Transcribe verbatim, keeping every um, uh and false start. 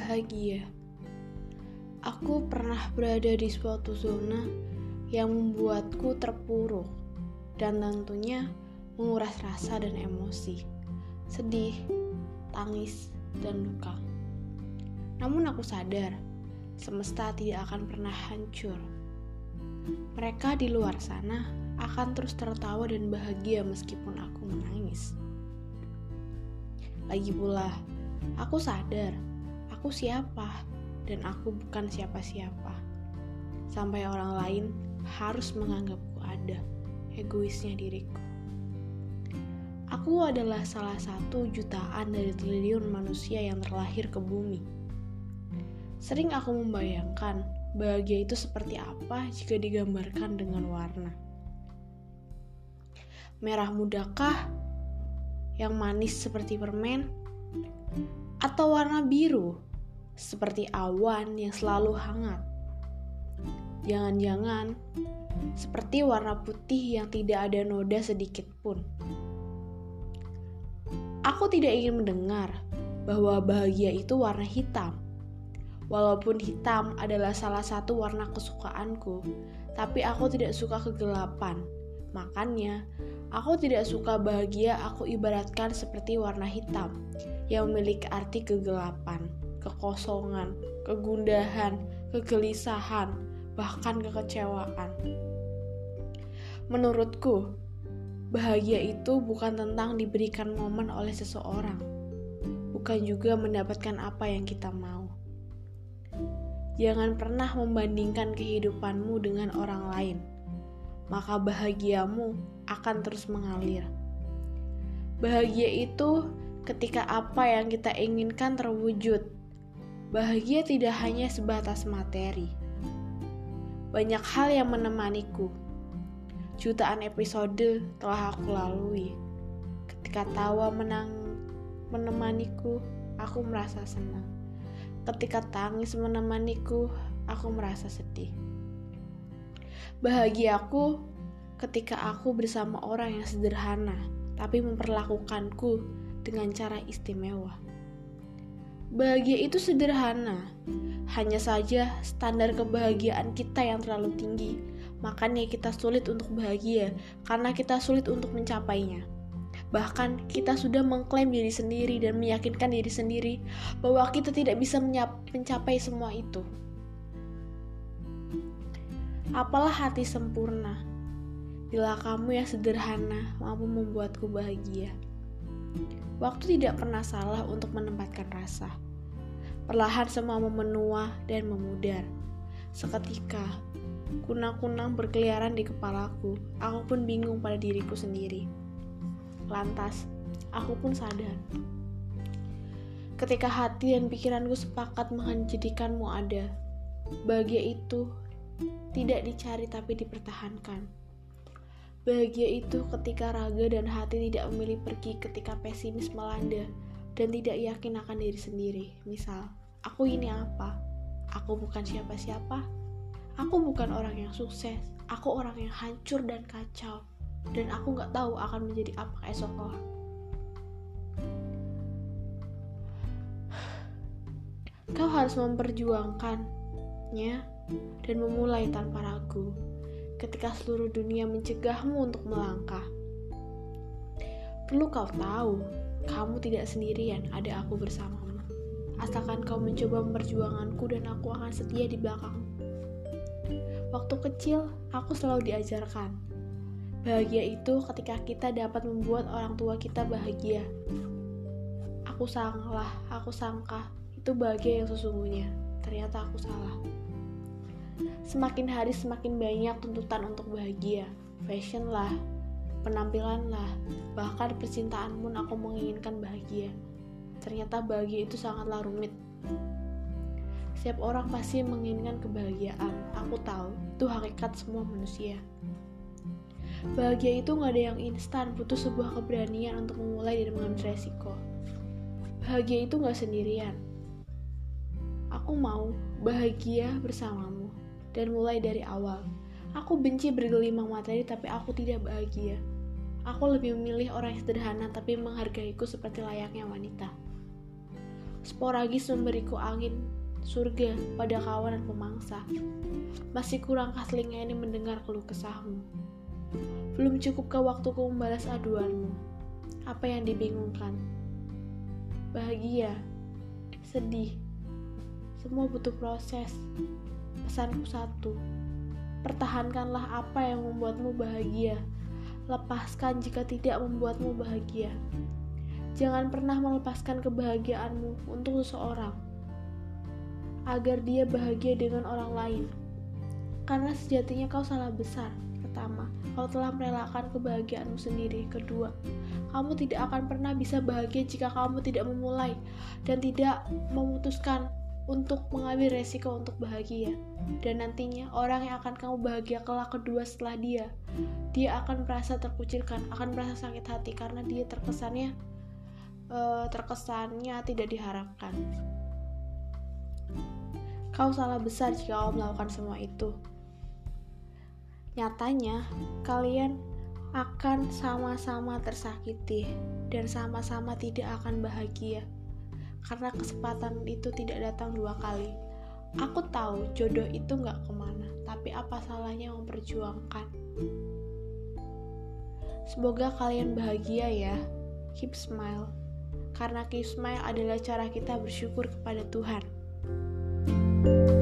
Bahagia. Aku pernah berada di suatu zona yang membuatku terpuruk dan tentunya menguras rasa dan emosi, sedih, tangis, dan luka. Namun aku sadar, semesta tidak akan pernah hancur. Mereka di luar sana akan terus tertawa dan bahagia meskipun aku menangis. Lagi pula, aku sadar aku siapa dan aku bukan siapa-siapa. Sampai orang lain harus menganggapku ada, egoisnya diriku. Aku adalah salah satu jutaan dari triliun manusia yang terlahir ke bumi. Sering aku membayangkan bahagia itu seperti apa jika digambarkan dengan warna. Merah mudakah? Yang manis seperti permen? Atau warna biru seperti awan yang selalu hangat? Jangan-jangan seperti warna putih yang tidak ada noda sedikit pun. Aku tidak ingin mendengar bahwa bahagia itu warna hitam. Walaupun hitam adalah salah satu warna kesukaanku, tapi aku tidak suka kegelapan. Makanya, aku tidak suka bahagia aku ibaratkan seperti warna hitam yang memiliki arti kegelapan, kekosongan, kegundahan, kegelisahan, bahkan kekecewaan. Menurutku, bahagia itu bukan tentang diberikan momen oleh seseorang, bukan juga mendapatkan apa yang kita mau. Jangan pernah membandingkan kehidupanmu dengan orang lain, maka bahagiamu akan terus mengalir. Bahagia itu ketika apa yang kita inginkan terwujud. Bahagia tidak hanya sebatas materi. Banyak hal yang menemaniku. Jutaan episode telah aku lalui. Ketika tawa menang menemaniku, aku merasa senang. Ketika tangis menemaniku, aku merasa sedih. Bahagiaku ketika aku bersama orang yang sederhana, tapi memperlakukanku dengan cara istimewa. Bahagia itu sederhana, hanya saja standar kebahagiaan kita yang terlalu tinggi, makanya kita sulit untuk bahagia, karena kita sulit untuk mencapainya. Bahkan kita sudah mengklaim diri sendiri dan meyakinkan diri sendiri bahwa kita tidak bisa mencapai semua itu. Apalah hati sempurna bila kamu yang sederhana mampu membuatku bahagia. Waktu tidak pernah salah untuk menempatkan rasa. Perlahan semua memenua dan memudar. Seketika, kunang-kunang berkeliaran di kepalaku. Aku pun bingung pada diriku sendiri. Lantas, aku pun sadar. Ketika hati dan pikiranku sepakat menjadikanmu ada, bahagia itu tidak dicari tapi dipertahankan. Bahagia itu ketika raga dan hati tidak memilih pergi ketika pesimis melanda dan tidak yakin akan diri sendiri. Misal, aku ini apa? Aku bukan siapa-siapa. Aku bukan orang yang sukses. Aku orang yang hancur dan kacau. Dan aku gak tahu akan menjadi apa esok kelak. Kau harus memperjuangkannya dan memulai tanpa ragu ketika seluruh dunia mencegahmu untuk melangkah. Perlu kau tahu, kamu tidak sendirian, ada aku bersamamu. Asalkan kau mencoba memperjuanganku dan aku akan setia di belakangmu. Waktu kecil, aku selalu diajarkan, bahagia itu ketika kita dapat membuat orang tua kita bahagia. Aku salah, aku sangka itu bahagia yang sesungguhnya. Ternyata aku salah. Semakin hari semakin banyak tuntutan untuk bahagia. Fashion lah, penampilan lah, bahkan percintaan pun aku menginginkan bahagia. Ternyata bahagia itu sangatlah rumit. Setiap orang pasti menginginkan kebahagiaan. Aku tahu, itu hakikat semua manusia. Bahagia itu gak ada yang instan, butuh sebuah keberanian untuk memulai dan mengambil resiko. Bahagia itu gak sendirian. Aku mau bahagia bersamamu dan mulai dari awal. Aku benci bergelimang materi tapi aku tidak bahagia. Aku lebih memilih orang yang sederhana tapi menghargaiku seperti layaknya wanita. Sporagis memberiku angin surga pada kawan dan pemangsa. Masih kurangkah telinga ini mendengar keluh kesahmu? Belum cukupkah waktuku membalas aduanmu? Apa yang dibingungkan? Bahagia, sedih, semua butuh proses. Pesanku satu, pertahankanlah apa yang membuatmu bahagia. Lepaskan jika tidak membuatmu bahagia. Jangan pernah melepaskan kebahagiaanmu untuk seseorang agar dia bahagia dengan orang lain. Karena sejatinya kau salah besar. Pertama, kau telah merelakan kebahagiaanmu sendiri. Kedua, kamu tidak akan pernah bisa bahagia jika kamu tidak memulai dan tidak memutuskan untuk mengambil resiko untuk bahagia. Dan nantinya orang yang akan kamu bahagia kelak kedua setelah dia, dia akan merasa terkucilkan, akan merasa sakit hati karena dia terkesannya uh, terkesannya tidak diharapkan. Kau salah besar jika kau melakukan semua itu. Nyatanya, kalian akan sama-sama tersakiti dan sama-sama tidak akan bahagia. Karena kesempatan itu tidak datang dua kali. Aku tahu jodoh itu gak kemana, tapi apa salahnya memperjuangkan. Semoga kalian bahagia ya. Keep smile. Karena keep smile adalah cara kita bersyukur kepada Tuhan.